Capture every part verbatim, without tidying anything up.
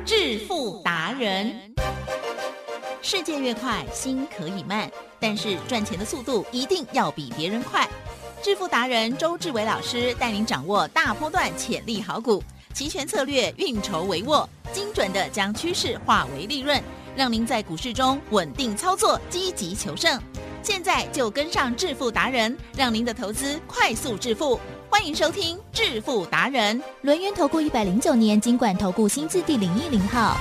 致富达人。世界越快，心可以慢，但是赚钱的速度一定要比别人快。致富达人周志伟老师带您掌握大波段潜力好股，期权策略运筹帷幄，精准的将趋势化为利润，让您在股市中稳定操作，积极求胜。现在就跟上致富达人，让您的投资快速致富。欢迎收听致富达人。 轮源投顾一百零九年金管投顾新字第零一零号。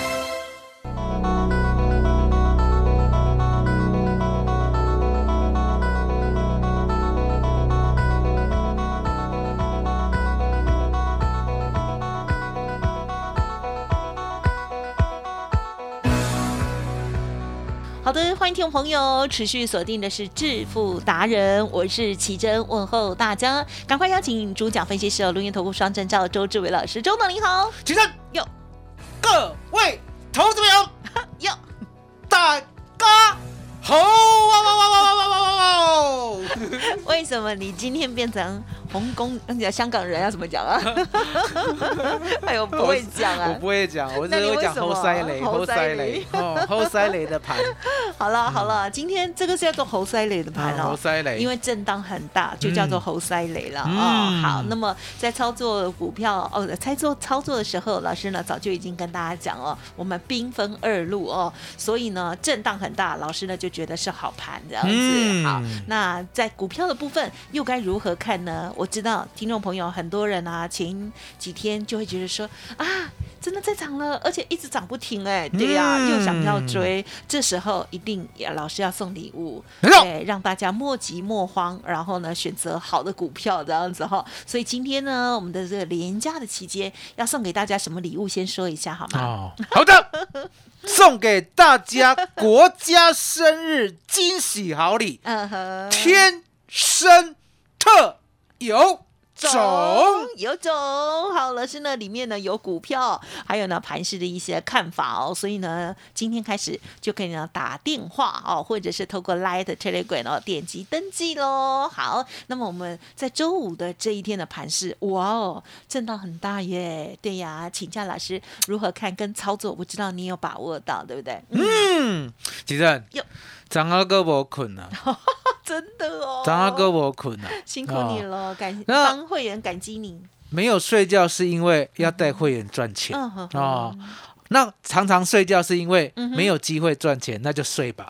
好的，欢迎听众朋友持续锁定的是致富达人，我是奇珍，问候大家，赶快邀请主讲分析师轮源投顾双证照周志伟老师，周董您好。 奇珍哟， 各位投资朋友哟， 大家好哇哇哇哇哇哇哇哇！ 为什么你今天变成红公香港人要怎么讲啊？哎呦，不会讲啊！ 我不会讲，我只会讲猴塞雷，猴塞雷哦，猴塞雷的盘。 好了好了，今天这个是叫做猴塞雷的盘哦， 猴塞雷， 因为震荡很大，就叫做猴塞雷了哦。好，那么在操作股票哦，在做操作的时候，老师呢早就已经跟大家讲哦，我们兵分二路哦，所以呢震荡很大，老师呢就觉得是好盘这样子。嗯、好，那在股票的部分又该如何看呢？我知道听众朋友很多人啊，前几天就会觉得说啊，真的在涨了，而且一直涨不停哎，对呀、啊，嗯、又想要追，这时候一定老师要送礼物，对，让大家莫急莫慌，然后呢选择好的股票这样子哈。所以今天呢，我们的这个连假的期间要送给大家什么礼物，先说一下好吗？ 哦，好的。送给大家国家生日惊喜好礼，天生特有种， 有种。好，老师呢里面呢有股票，还有呢盘势的一些看法哦，所以呢今天开始就可以呢打电话哦，或者是透过 Line Telegram 哦点击登记咯。好，那么我们在周五的这一天的盘势，哇哦，震荡很大耶。对呀，请教老师如何看跟操作，我知道你有把握到，对不对？ 嗯，其实张阿哥没困啊。 真的哦， 张阿哥我困了， 辛苦你了，哦、感帮会员感激你。 没有睡觉是因为要带会员赚钱、嗯、哦，那常常睡觉是因为没有机会赚钱，嗯、那就睡吧。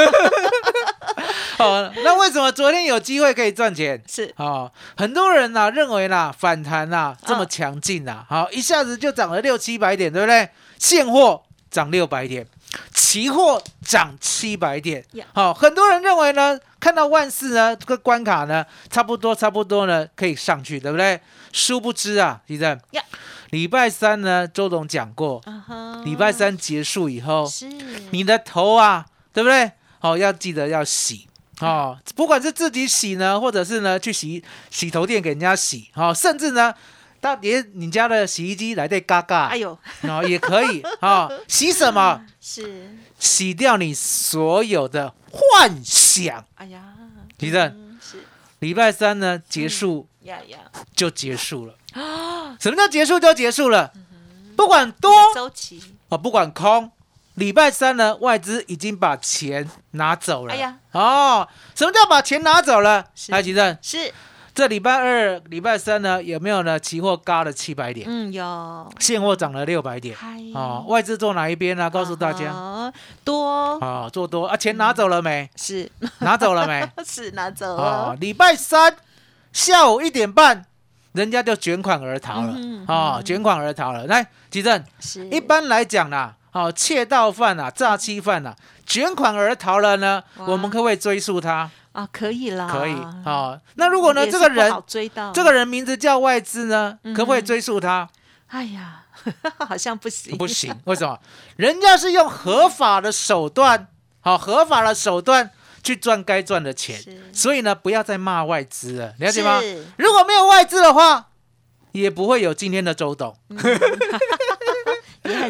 哦，那为什么昨天有机会可以赚钱？ 是哦，很多人呐、啊、认为啦反弹呐、啊、这么强劲呐，好、哦、一下子就涨了六七百点，对不对？现货涨六百点。期货涨七百点，好、哦，很多人认为呢，看到万四呢这个关卡呢，差不多差不多呢可以上去，对不对？殊不知啊，其实礼拜三呢，周董讲过，礼、uh-huh, 拜三结束以后，你的头啊，对不对？哦，要记得要洗哦，不管是自己洗呢，或者是呢去洗洗头店给人家洗，哦，甚至呢。到底你家的洗衣机来对嘎嘎，哎呦，哦也可以啊、哦，洗什么？是洗掉你所有的幻想。哎呀，其实、嗯、是礼拜三呢结束、嗯、呀呀就结束了啊！什么叫结束就结束了？嗯、不管多周期哦，不管空，礼拜三呢外资已经把钱拿走了。哎呀，哦，什么叫把钱拿走了？来，其实是。这礼拜二、礼拜三呢，有没有呢？期货嘎了七百点，嗯，有。现货涨了六百点，哦，外资做哪一边呢、啊？告诉大家，啊、多哦，做多啊，钱拿走了没？是拿走了没？是拿走了。哦，礼拜三下午一点半，人家就卷款而逃了，嗯、哦，卷款而逃了。来，吉正，一般来讲啦，哦，窃盗犯啊、诈欺犯啊，卷款而逃了呢，我们可不可以追溯他？啊，可以啦，可以啊、哦。那如果呢，这个人这个人名字叫外资呢，嗯、可不可以追溯他？哎呀，好像不行，不行。为什么？人家是用合法的手段，好、哦，合法的手段去赚该赚的钱，所以呢，不要再骂外资了，了解吗？如果没有外资的话，也不会有今天的周董。嗯也很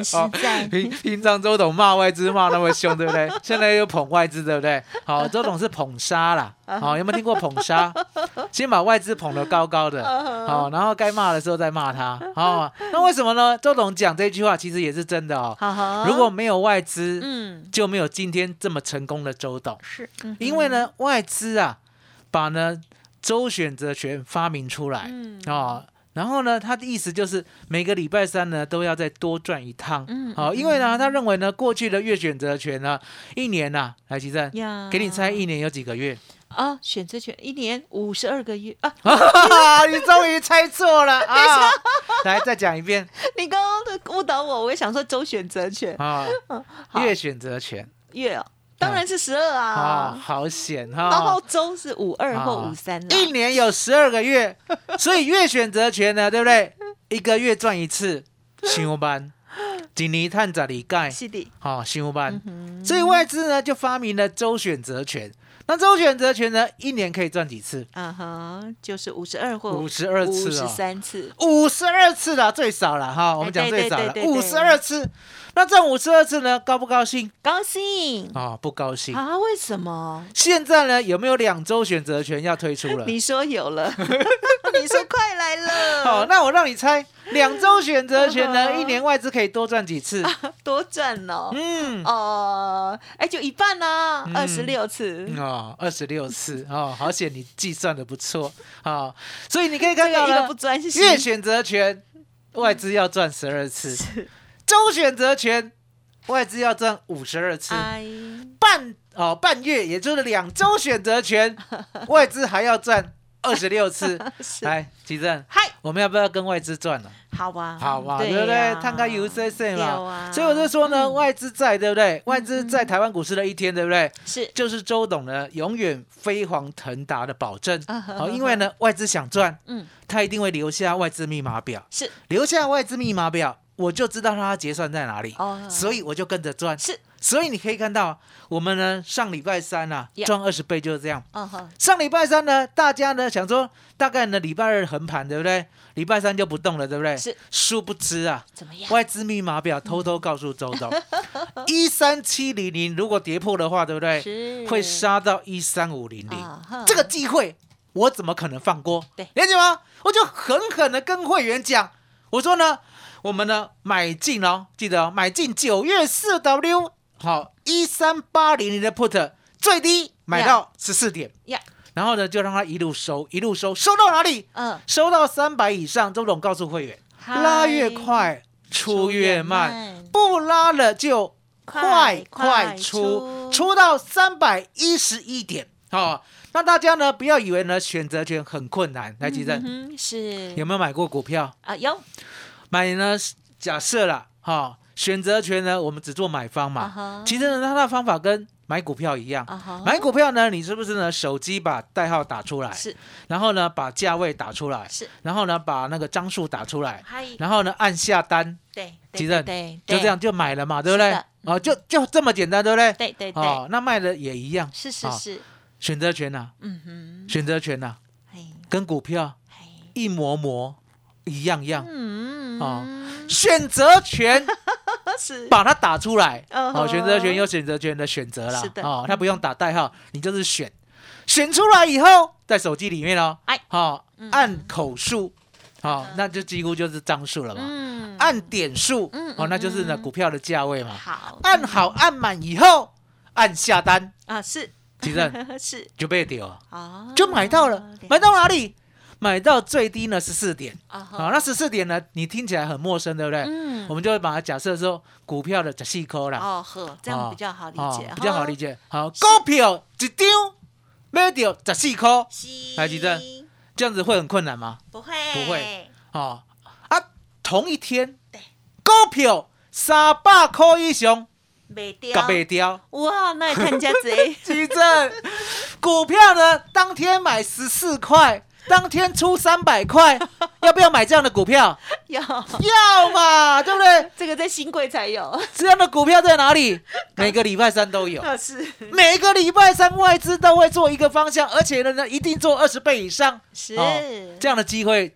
实在。 哦、平平常周董骂外资骂那么凶，对不对？现在又捧外资，对不对？好、哦，周董是捧杀啦。好、哦，有没有听过捧杀？先把外资捧得高高的，好、哦，然后该骂的时候再骂他。哦，那为什么呢？周董讲这句话其实也是真的哦。如果没有外资，嗯，就没有今天这么成功的周董。是，嗯、因为呢，外资啊，把呢周选择权发明出来，嗯哦。然后呢，他的意思就是每个礼拜三呢都要再多赚一趟，嗯，好、哦，因为呢，他认为呢，过去的月选择权呢，一年呐、啊，来，奇正，给你猜一年有几个月？ 啊，选择权一年五十二个月啊！ 你终于猜错了啊！来，再讲一遍。 你刚刚误导我，我也想说周选择权啊，月选择权月哦。当然是十二啊！ 啊，好险哈！ 然后周是五二或五三， 一年有十二个月，所以月选择权呢，对不对？一个月赚一次，上班，一年赚十二届， 是的， 好上班。所以外资呢就发明了周选择权。那周选择权呢，一年可以赚几次？ 啊哈，就是五十二或五十二次， 五十三次， 五十二次啦，最少了哈。我们讲最少了，五十二次。那赚五十二次呢，高不高兴？ 高兴啊、哦，不高兴啊？为什么？ 现在呢，有没有两周选择权要推出了？ 你说有了，你说快来了。 好，那我让你猜，两周选择权呢，一年外资可以多赚几次？ 啊、多赚哦。嗯哦，哎、呃，就一半啊，二十六次。 嗯、哦，二十六次哦，好险你计算的不错啊、哦。所以你可以看到呢，月选择权外资要赚十二次。周选择权，外资要赚五十二次，半哦半月，也就是两周选择权，外资还要赚二十六次。来，奇正，嗨，我们要不要跟外资赚了？ 好吧， 好吧，对不对？看看 U C C 嘛，所以我就说呢，外资在，对不对？外资在台湾股市的一天，对不对？是，就是周董呢永远飞黄腾达的保证。好，因为呢，外资想赚，嗯，他一定会留下外资密码表，是留下外资密码表。我就知道它结算在哪里， oh, 所以我就跟着赚。是，所以你可以看到，我们呢上礼拜三啊赚二十倍就是这样。Uh huh. 上礼拜三呢，大家呢想说，大概呢礼拜二横盘，对不对？礼拜三就不动了，对不对？是。殊不知啊，怎么样？外资密码表偷偷告诉周董，一三七零零如果跌破的话，对不对？是。会杀到一三五零零，这个机会我怎么可能放过？对，了解吗？我就狠狠的跟会员讲，我说呢。我们呢买进哦，记得哦，买进九月四 W 好一三八零零的 put 最低买到十四点， yeah. 然后呢就让它一路收，一路收，收到哪里？嗯，收到三百以上。周董告诉会员，拉越快出越慢，不拉了就快快出，出到三百一十一点。好，那大家呢不要以为呢选择权很困难，来，吉正、嗯、是有没有买过股票啊？有。买呢？假设啦，哈、哦，选择权呢，我们只做买方嘛。Uh huh. 其实呢，它的方法跟买股票一样。Uh huh. 买股票呢，你是不是呢？手机把代号打出来，是，然后呢，把价位打出来，是，然后呢，把那个张数打出来，然后呢，按下单，对，其实对，就这样就买了嘛，对不对？哦，就就这么简单，对不对？对对对。哦，那卖的也一样。是是是。哦、选择权呐、啊，嗯哼，选择权呐、啊，跟股票一模模。一样样，嗯，哦，选择权是把它打出来，哦，选择权有选择权的选择啦，是的，哦，它不用打代号，你就是选，选出来以后在手机里面哦，哎，好，按口数，好，那就几乎就是张数了嘛，嗯，按点数，哦，那就是呢股票的价位嘛，好，按好按满以后，按下单啊，是，其实是就被丢了，哦，就买到了，买到哪里？买到最低呢十四点，啊、uh huh. 哦，那十四点呢，你听起来很陌生，对不对？嗯，我们就会把它假设说股票的十四块啦，哦呵，这样比较好理解，哦哦、比較好理解。好，股票一張買到十四塊，來記得，這樣子會很困難嗎？不會，不會。哦啊，同一天，股票三百塊以上。賣掉，賣掉，哇，那也看家賊。其實股票呢，當天買十四塊。當天出三百塊，要不要買這樣的股票？要，要嘛，對不對？這個在新貴才有。這樣的股票在哪裡？每個禮拜三都有。是，每個禮拜三外資都會做一個方向，而且呢，一定做二十倍以上。是、哦，這樣的機會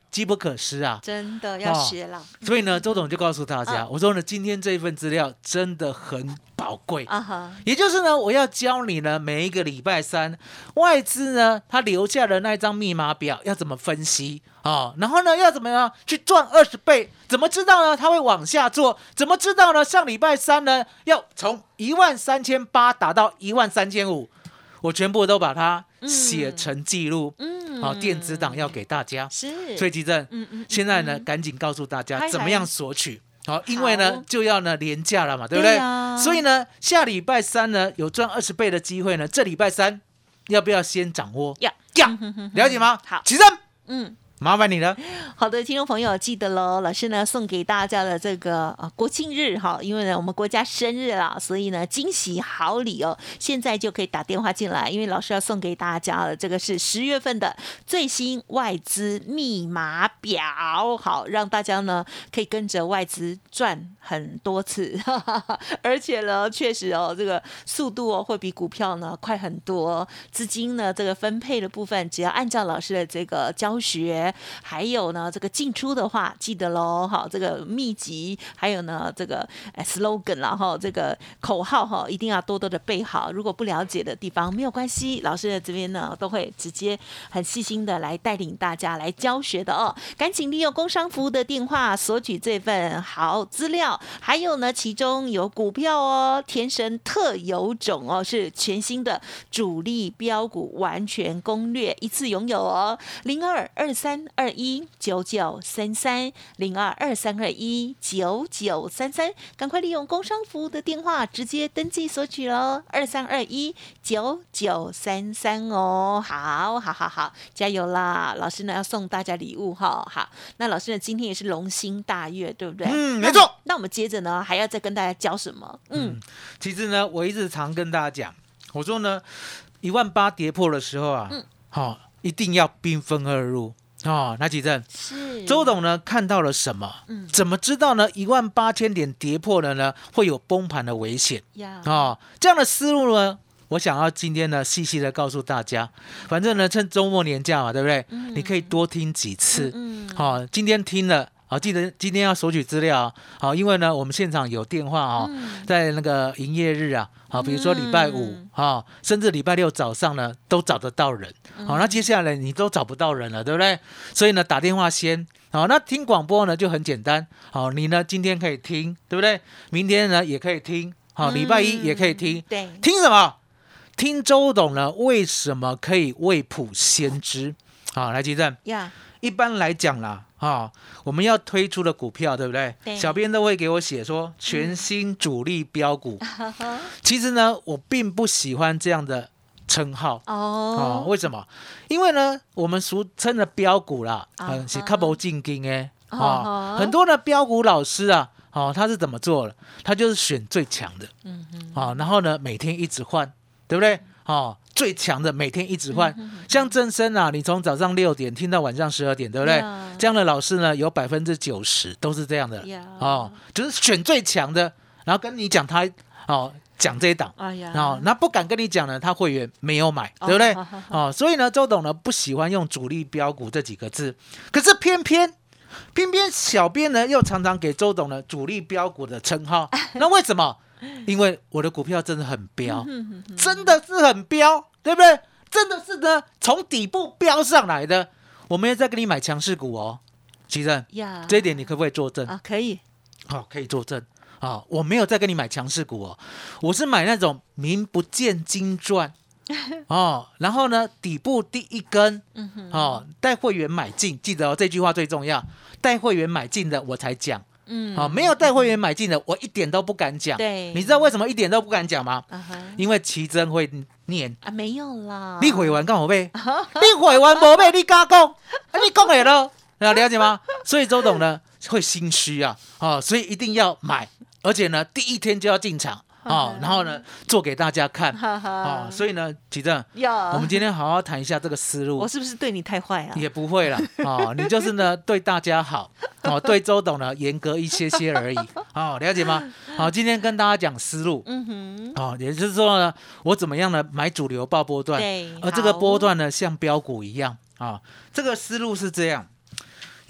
机不可失啊， 真的要学了。哦、 所以呢，周董就告诉大家， 嗯、 我说呢，今天这一份资料真的很宝贵啊哈， 也就是呢，我要教你呢，每一个礼拜三外资呢，他留下的那一张密码表要怎么分析哦，然后呢，要怎么样去赚二十倍？怎么知道呢？他会往下做？怎么知道呢？上礼拜三呢，要从一万三千八打到一万三千五，我全部都把它写成记录，嗯，好、哦，电子档要给大家。 是， 所以吉正，嗯嗯，现在呢，赶紧告诉大家怎么样索取。好，因为呢就要呢连假了嘛，对不对？对啊、所以呢，下礼拜三呢有赚二十倍的机会呢，这礼拜三要不要先掌握？ 要要，了解吗？ 好， 起身， 嗯。 麻烦你了。 好的，听众朋友记得喽，老师呢送给大家的这个呃国庆日哈，因为呢我们国家生日啦，所以呢惊喜好礼哦，现在就可以打电话进来，因为老师要送给大家的这个是十月份的最新外资密码表，好让大家呢可以跟着外资赚很多次，哈哈哈，而且呢确实哦这个速度哦会比股票呢快很多，资金呢这个分配的部分只要按照老师的这个教学。还有呢，这个进出的话，记得喽，好，这个秘籍，还有呢，这个 slogan 然后这个口号哈，一定要多多的背好。如果不了解的地方没有关系，老师的这边呢都会直接很细心的来带领大家来教学的哦。赶紧利用工商服务的电话索取这份好资料，还有呢，其中有股票哦，天神特有种哦，是全新的主力标股完全攻略，一次拥有哦，零二二三。二一九九三三零二二三二一九九三三，赶快利用工商服务的电话直接登记索取喽，二三二一九九三三哦，好，好，好，好，加油啦！老师呢要送大家礼物哈，好，那老师呢今天也是龙心大悦，对不对？ 嗯，没错。 那我们接着呢还要再跟大家教什么？嗯，嗯其实呢我一直常跟大家讲，我说呢一万八跌破的时候啊，嗯，好、哦，一定要兵分二路。哦，那几阵是周董呢看到了什么？嗯，怎么知道呢？一万八千点跌破了呢，会有崩盘的危险。呀，哦，这样的思路呢，我想要今天呢细细的告诉大家。反正呢，趁周末年假嘛，对不对？嗯、你可以多听几次。嗯，好、哦，今天听了。好，记得今天要索取资料。好，因为呢，我们现场有电话啊、哦嗯，在那个营业日啊，好，比如说礼拜五啊、嗯，甚至礼拜六早上呢，都找得到人。好，那接下来你都找不到人了，对不对？所以呢，打电话先。好，那听广播呢就很简单。好，你呢今天可以听，对不对？明天呢也可以听。好，礼拜一也可以听。嗯、 对， 听什么？听周董呢为什么可以未卜先知？好，来，吉正。呀、yeah. 一般来讲啦。啊，我们要推出的股票，对不对？对，小编都会给我写说全新主力标股。嗯、其实呢，我并不喜欢这样的称号。哦，啊、为什么？因为呢，我们俗称的标股啦，嗯，是较无正经的。啊，很多的标股老师啊，哦，他是怎么做的？他就是选最强的。嗯嗯。啊，然后呢，每天一直换，对不对？哦。最强的每天一直换，嗯、像正声啊，你从早上六点听到晚上十二点，对不对？ Yeah. 这样的老师呢，有百分之九十都是这样的。Yeah. 哦，就是选最强的，然后跟你讲他哦讲这一档，哦、yeah. 那不敢跟你讲呢，他会员没有买， oh, 对不对？ Oh, oh, oh. 哦，所以呢，周董呢不喜欢用主力标股这几个字，可是偏偏偏偏小编呢又常常给周董呢主力标股的称号，那为什么？因为我的股票真的很飙，真的是很飙，对不对？真的是呢，从底部飙上来的。我没有在跟你买强势股哦，其正， yeah. 这一点你可不可以作证？ 啊，可以， 好、哦，可以作证啊。我没有在跟你买强势股哦，我是买那种名不见经传哦，然后呢，底部第一根，哦，带会员买进，记得哦，这句话最重要，带会员买进的我才讲。嗯，好、哦，没有带会员买进的，我一点都不敢讲。对，你知道为什么一点都不敢讲吗？ Uh-huh. 因为奇珍会念啊，没有啦。 你会员干我背？你会员没背，你敢讲？啊，你讲的咯，了解吗？所以周董呢会心虚啊，哦，所以一定要买，而且呢第一天就要进场。哦，然后呢，做给大家看，哦，所以呢，奇正，我们今天好好谈一下这个思路。 我是不是对你太坏啊？ 也不会啦，哦，你就是呢对大家好，哦，对周董呢严格一些些而已，哦，了解吗？好、哦，今天跟大家讲思路，嗯哼，哦，也就是说呢，我怎么样呢买主流报波段，对，而这个波段呢像标股一样啊、哦，这个思路是这样。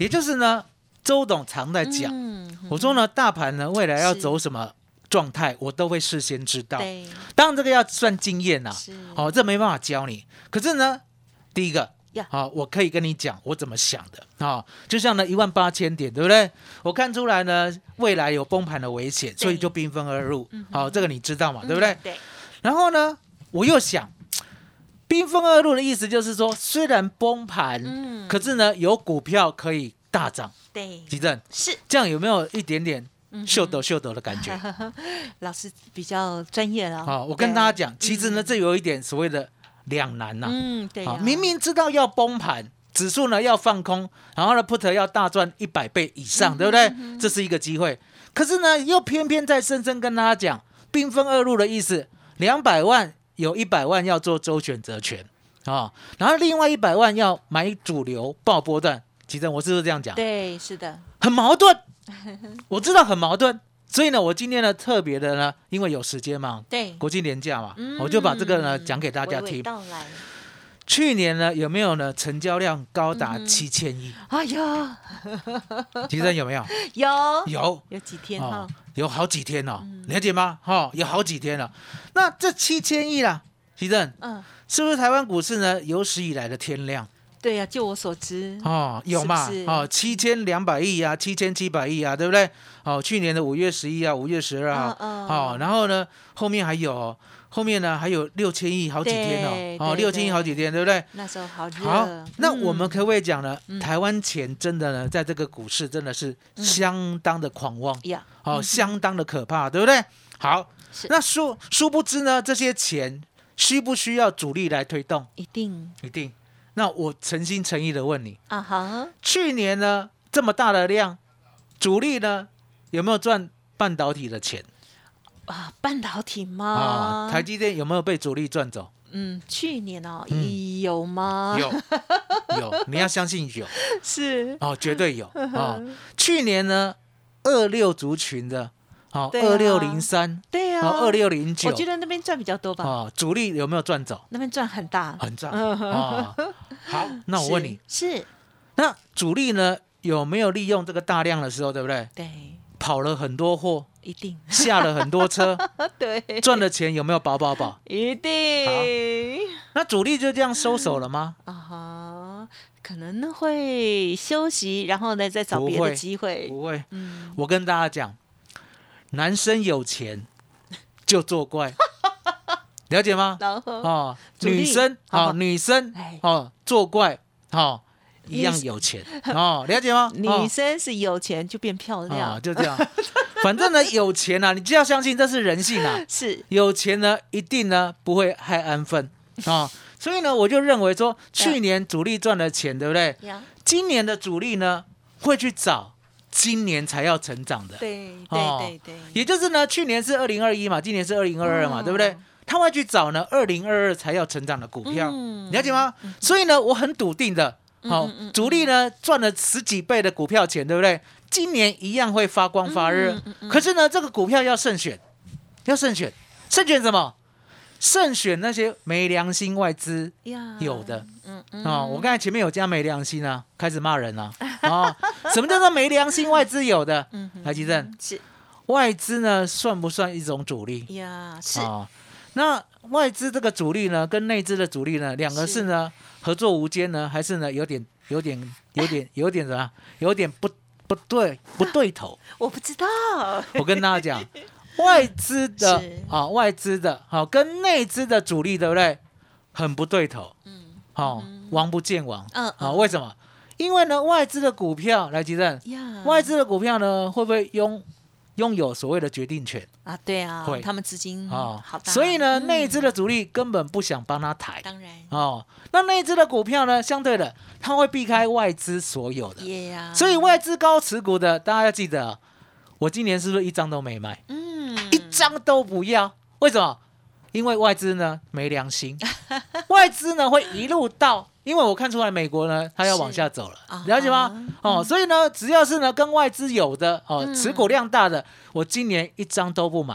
也就是呢，周董常在讲， 嗯、 我说呢，大盘呢未来要走什么状态，我都会事先知道。 对， 当然这个要算经验呐、啊，好、哦，这没办法教你。可是呢，第一个。好、哦，我可以跟你讲我怎么想的啊、哦，就像呢一万八千点，对不对？我看出来呢未来有崩盘的危险，所以就兵分二路。好、哦，这个你知道嘛，嗯、对不对？ 对。然后呢，我又想，兵分二路的意思就是说，虽然崩盘，嗯，可是呢有股票可以大涨。 对， 吉正是这样有没有一点点秀逗秀逗的感觉？ 老师比较专业了。 好、哦，我跟大家讲，其实呢、嗯、这有一点所谓的。两难呐、啊， 嗯，对、啊， 明明知道要崩盘，指数呢要放空，然后呢 put 要大赚一百倍以上，嗯、对不对、嗯？这是一个机会，可是呢又偏偏在深深跟大家讲，兵分二路的意思，两百万有一百万要做周选择权啊、哦，然后另外一百万要买主流爆波段。其实我是不是这样讲？ 对，是的， 很矛盾，我知道很矛盾。所以呢，我今天呢特别的呢，因为有时间嘛， 对， 国庆连假嘛、嗯，我就把这个呢讲给大家听。 娓娓道来。 去年呢有没有呢成交量高达七千亿？ 哎呀， 其实有没有？ 有有有几天哈、哦？ 有好几天哦，嗯、了解吗？哈、哦，有好几天了。那这七千亿啦，其实嗯，是不是台湾股市呢有史以来的天量？ 对呀、啊，就我所知哦，有嘛？是是哦，七千两百亿啊，七千七百亿啊，对不对？哦，去年的五月十一啊，五月十二号，哦, 哦，然后呢，后面还有、哦，后面呢还有六千亿，好几天哦，哦，六千亿好几天，对不对？ 那时候好热。 好，那我们可不可以讲呢？嗯、台湾钱真的呢，在这个股市真的是相当的狂妄，嗯、哦、嗯，相当的可怕，对不对？好，那殊殊不知呢，这些钱需不需要主力来推动？ 一定， 一定。那我诚心诚意的问你啊哈， 去年呢这么大的量，主力呢有没有赚半导体的钱啊？半导体吗？ 啊，台积电有没有被主力赚走？ 嗯，去年哦，嗯、有吗？ 有，有，你要相信有， 是哦，绝对有哦。去年呢，二六族群的。好、哦，二六零三， 对啊， 二六零九， 我觉得那边赚比较多吧。 哦，主力有没有赚走？ 那边赚很大， 很赚。哦，好，那我问你， 是, 是那主力呢有没有利用这个大量的时候，对不对？ 对， 跑了很多货， 一定下了很多车， 对， 赚的钱有没有饱饱饱？ 一定。 好，那主力就这样收手了吗？ 啊哈，可能会休息，然后呢再找别的机会。 不会，不会嗯，我跟大家讲。男生有钱就作怪，了解吗？哦，女生哦，女生哦作怪哦，一样有钱哦，了解吗？ 女生是有钱就变漂亮， 哦、就这样。反正呢，有钱啊，你就要相信这是人性啊。 是有钱呢，一定呢不会害安分啊、哦。所以呢，我就认为说，去年主力赚了钱，对不对？今年的主力呢会去找。今年才要成长的， 对对对对、哦， 也就是呢，去年是二零二一嘛，今年是二零二二嘛、哦，对不对？他会去找呢二零二二才要成长的股票，嗯、了解吗、嗯？所以呢，我很笃定的，好、哦嗯，主力呢赚了十几倍的股票钱，对不对？今年一样会发光发热，嗯嗯嗯、可是呢，这个股票要慎选，要慎选，慎选什么？慎选那些没良心外资有的，嗯嗯哦，我刚才前面有加没良心啊，开始骂人了啊、哦！什么叫做没良心外資有的？台積電是外資呢，算不算一種主力？ 呀，是。 哦，那外資這個主力呢，跟內資的主力呢，兩個是呢合作無間呢，還是呢有點有點有點有點什麼？有點不不對不對頭？ 我不知道。 我跟大家講。外資的啊、哦，外資的好、哦，跟內資的主力，對不對？很不對頭，嗯，好、哦嗯，王不見王，嗯，啊、哦，為什麼？因為呢，外資的股票來吉正，外資的股票呢，會不會擁擁有所謂的決定權啊？對啊，會，他們資金好大， 所以呢，嗯、內資的主力根本不想幫他抬， 當然， 哦，那內資的股票呢，相對的，他會避開外資所有的， yeah. 所以外資高持股的，大家要記得，我今年是不是一張都沒買？嗯。一張都不要，為什麼？因為外資呢沒良心，外資呢會一路到，因為我看出來美國呢，它要往下走了，了解嗎？嗯、哦，所以呢，只要是呢跟外資有的哦、嗯，持股量大的，我今年一張都不買。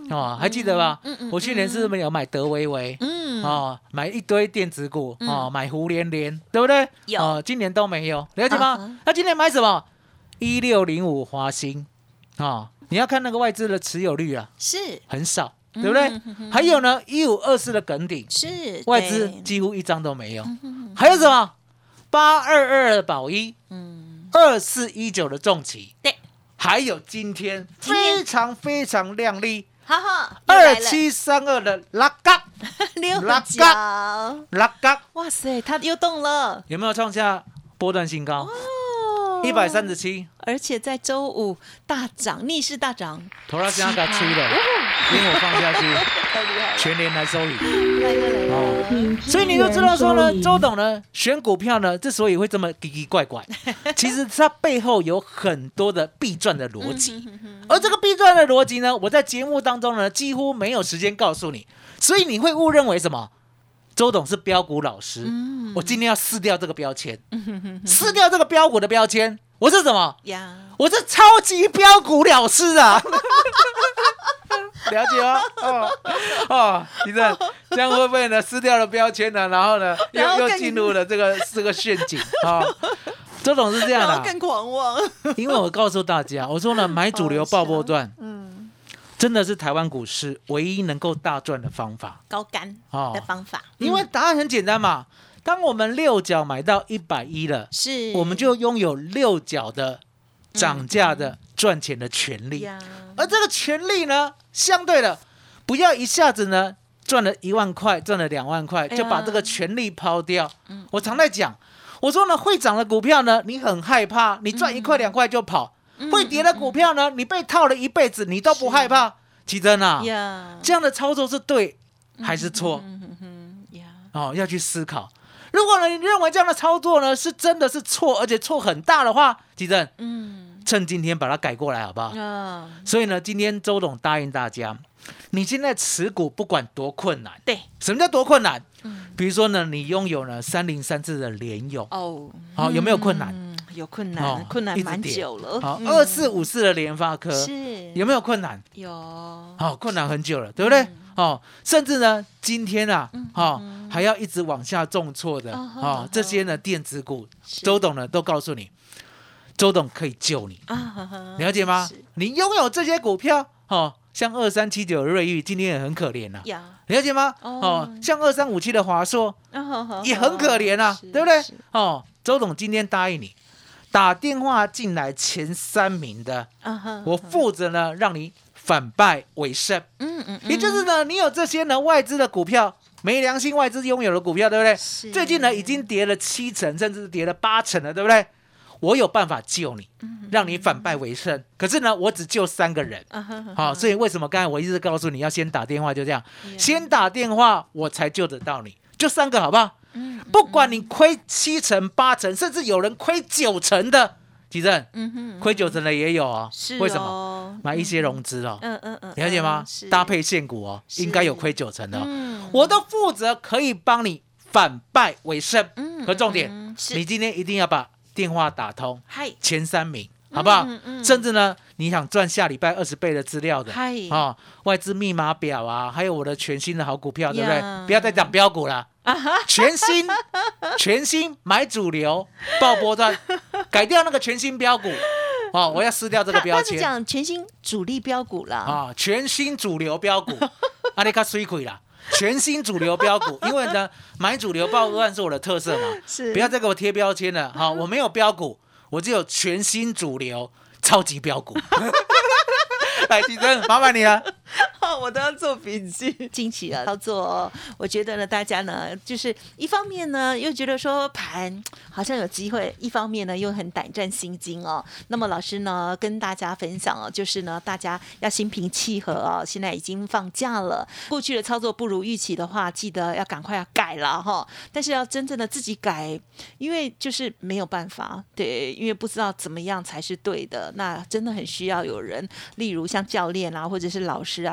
哦，还记得吧？ 嗯嗯我去年是不是有买德微微？ 嗯， 哦，买一堆电子股， 嗯哦，买胡连连，对不对？ 有哦，今年都没有，了解吗？ 嗯哼那今年买什么？一六零五华兴，哦，你要看那个外资的持有率啊， 是很少，对不对？ 嗯哼哼还有呢，一五二四的耿鼎， 是外资对几乎一张都没有。 嗯哼哼还有什么？八二二的宝一， 嗯， 二四一九的重旗， 对， 还有今天今天非常非常亮丽， 哈哈，又来二了七三二的拉嘎六拉角， 拉嘎， 哇塞，它又动了有没有创下波段新高？ 哦， 一百三十七， 而且在周五大涨，逆势大涨， 头拉现在给它吹了，因为我放下去， 太厉害了， 全年来收礼。 来了来了， 哦，所以你就知道说呢，周董呢选股票呢，之所以会这么奇奇怪怪，其实它背后有很多的必赚的逻辑，而这个必赚的逻辑呢，我在节目当中呢几乎没有时间告诉你，所以你会误认为什么？周董是标股老师， 嗯我今天要撕掉这个标签，撕掉这个标股的标签，我是什么？ 呀， 我是超级标股老师啊！了解吗？哦哦，你这这样会不会呢？撕掉了标签呢？然后呢，又然后更又进入了这个这个陷阱啊！周董是这样的啊， 然后更狂妄， 因为我告诉大家，我说呢，买主流爆波段， 嗯， 真的是台湾股市唯一能够大赚的方法高干哦的方法， 因为答案很简单嘛，当我们六角买到一百一了， 是我们就拥有六角的涨价的赚钱的权利。 呀， 而这个权利呢，相对的，不要一下子呢赚了一万块，赚了两万块， 哎呀就把这个权利抛掉。我常在讲，我说呢，会涨的股票呢，你很害怕，你赚一块两块就跑；会跌的股票呢，你被套了一辈子，你都不害怕。奇珍啊， 呀， 这样的操作是对还是错？ 嗯哼哼呀， 哦，要去思考。如果呢，你认为这样的操作呢是真的是错，而且错很大的话，奇珍， 嗯， 趁今天把它改过来，好不好？ 啊， 所以呢，今天周董答应大家，你现在持股不管多困难， 对， 什么叫多困难？ 嗯比如说呢，你拥有呢三零三四的联咏， 哦， 好、有没有困难？ 嗯，有困难， 哦困难蛮一直跌久了， 好， 嗯二四五四的联发科是有没有困难？ 有， 好、困难很久了，对不对？哦，甚至呢，今天啊，哦，还要一直往下重挫的， 哦好哦好， 这些呢电子股， 是周董呢都告诉你，周董可以救你， 啊，呵呵了解吗是？ 你拥有这些股票，哦，像二三七九的瑞昱今天也很可怜呐、 呀， 了解吗？ 哦哦，像二三五七的华硕啊呵呵也很可怜啊， 是对不对是？ 哦，周董今天答应你，打电话进来前三名的， 啊呵我负责呢让你反败为胜。 嗯嗯， 也就是呢，你有这些呢外资的股票，没良心外资拥有的股票，对不对？ 是最近呢已经跌了七成，甚至跌了八成了，对不对？我有办法救你，让你反败为胜。可是呢，我只救三个人。 啊呵呵好，所以为什么刚才我一直告诉你要先打电话，就这样， Yeah 先打电话我才救得到你，就三个，好不好？ 嗯不管你亏七成、八成，甚至有人亏九成的，吉正， 嗯哼， 亏九成的也有哦。 是为什么？ 么买一些融资哦， 嗯嗯嗯， 了解吗嗯？是搭配现股哦， 是应该有亏九成的哦。 嗯我都负责可以帮你反败为胜。 嗯可重点嗯，是你今天一定要把电话打通， 嗨前三名，好不好嗯嗯？ 甚至呢，你想赚下礼拜二十倍的资料的， 嗨啊，外资密码表啊，还有我的全新的好股票，对不对呀？ 不要再讲标股了，全新全新买主流爆波段，改掉那个全新标股，哦，我要撕掉这个他他是标签讲全新主力标股啦， 啊，全新主流标股，阿里卡水亏啦。全新主流标股，因为呢，买主流爆波段是我的特色嘛， 是不要再给我贴标签了。好，我没有标股，我只有全新主流超级标股。来，吉珍，麻烦你了。 我都要做笔记。近期啊操作、哦，我觉得呢，大家呢，就是一方面呢，又觉得说盘好像有机会；一方面呢，又很胆战心惊哦。那么老师呢，跟大家分享哦，就是呢，大家要心平气和哦。现在已经放假了，过去的操作不如预期的话，记得要赶快要改了哈、哦。但是要真正的自己改，因为就是没有办法，对，因为不知道怎么样才是对的。那真的很需要有人，例如像教练啊，或者是老师啊这样子哦。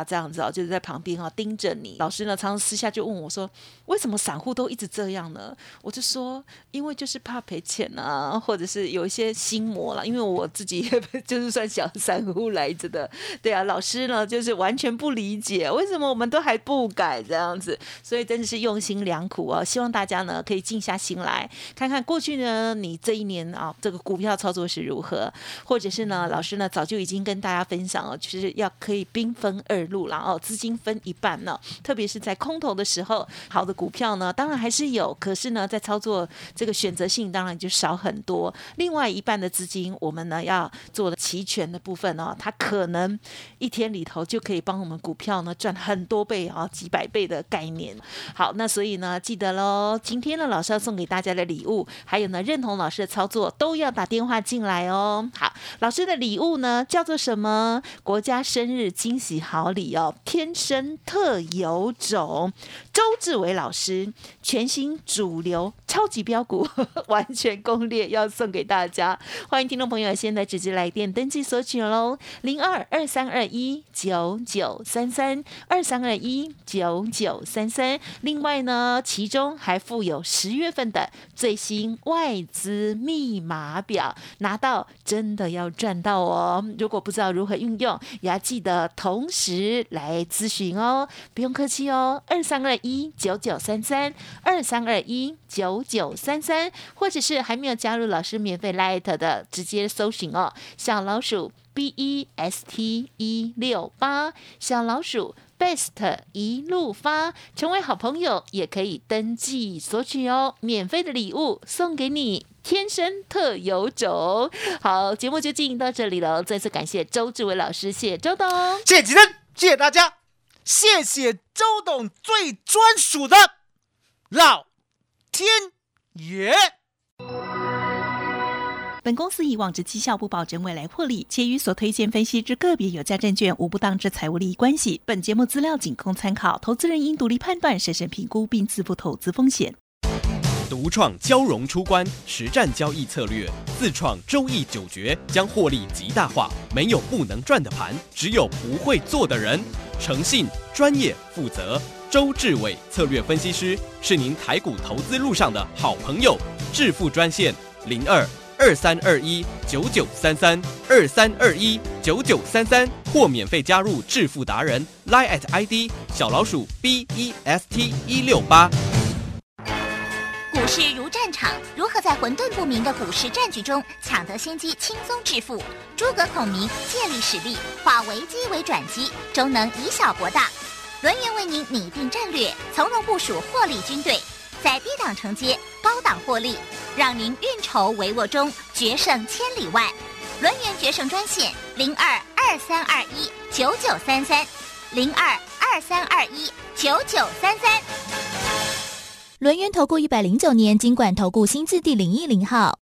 早就是在旁边啊盯着你。老师呢常常私下就问我说，为什么散户都一直这样呢？我就说，因为就是怕赔钱啊，或者是有一些心魔啦。因为我自己就是算小散户来着的，对啊，老师呢就是完全不理解为什么我们都还不改这样子，所以真的是用心良苦啊。希望大家呢可以静下心来，看看过去呢你这一年啊这个股票操作是如何，或者是呢老师呢早就已经跟大家分享了，就是要可以兵分二路啦哦，资金分一半呢，特别是在空头的时候，好的股票呢当然还是有，可是呢在操作这个选择性当然就少很多。另外一半的资金我们呢要做齐全的部分哦，它可能一天里头就可以帮我们股票呢赚很多倍啊、哦，几百倍的概念。好，那所以呢记得咯，今天呢老师要送给大家的礼物，还有呢认同老师的操作都要打电话进来哦。好，老师的礼物呢叫做什么？国家生日惊喜好礼哦，天生特有种，周志伟老师全新主流超级标股完全攻略要送给大家，欢迎听众朋友现在直接来电登记索取喽，零二二三二一九九三三二三二一九九三三。另外呢，其中还附有十月份的最新外资密码表，拿到真的要赚到哦！如果不知道如何运用，也要记得同时来咨询哦，不用客气哦，二三二一九九三三二三二一九九三三，或者是还没有加入老师免费 Lite 的，直接搜寻哦，小老鼠 B E S T 一六八，小老鼠 Best 一路发，成为好朋友也可以登记索取哦，免费的礼物送给你，天生特有种。好，节目就进行到这里了，再次感谢周志伟老师，谢谢周董， 谢谢吉珍，谢谢大家，谢谢周董最专属的老天爷。 本公司以往之绩效不保证未来获利，且与所推荐分析之个别有价证券无不当之财务利益关系。本节目资料仅供参考，投资人应独立判断、审慎评估并自负投资风险。 独创交融出关实战交易策略，自创周易九诀，将获利极大化。没有不能赚的盘，只有不会做的人。诚信、专业、负责，周志伟策略分析师是您台股投资路上的好朋友。致富专线零二二三二一九九三三二三二一九九三三，或免费加入致富达人 Line at I D 小老鼠 B E S T 一六八。 股市如战场，如何在混沌不明的股市战局中抢得先机，轻松致富？诸葛孔明借力使力，化危机为转机，终能以小博大。轮源为您拟定战略，从容部署获利军队，在低档承接，高档获利，让您运筹帷幄中决胜千里外。轮源决胜专线零二二三二一九九三三零二二三二一九九三三。轮源投顾一百零九年金管投顾新字第零一零号。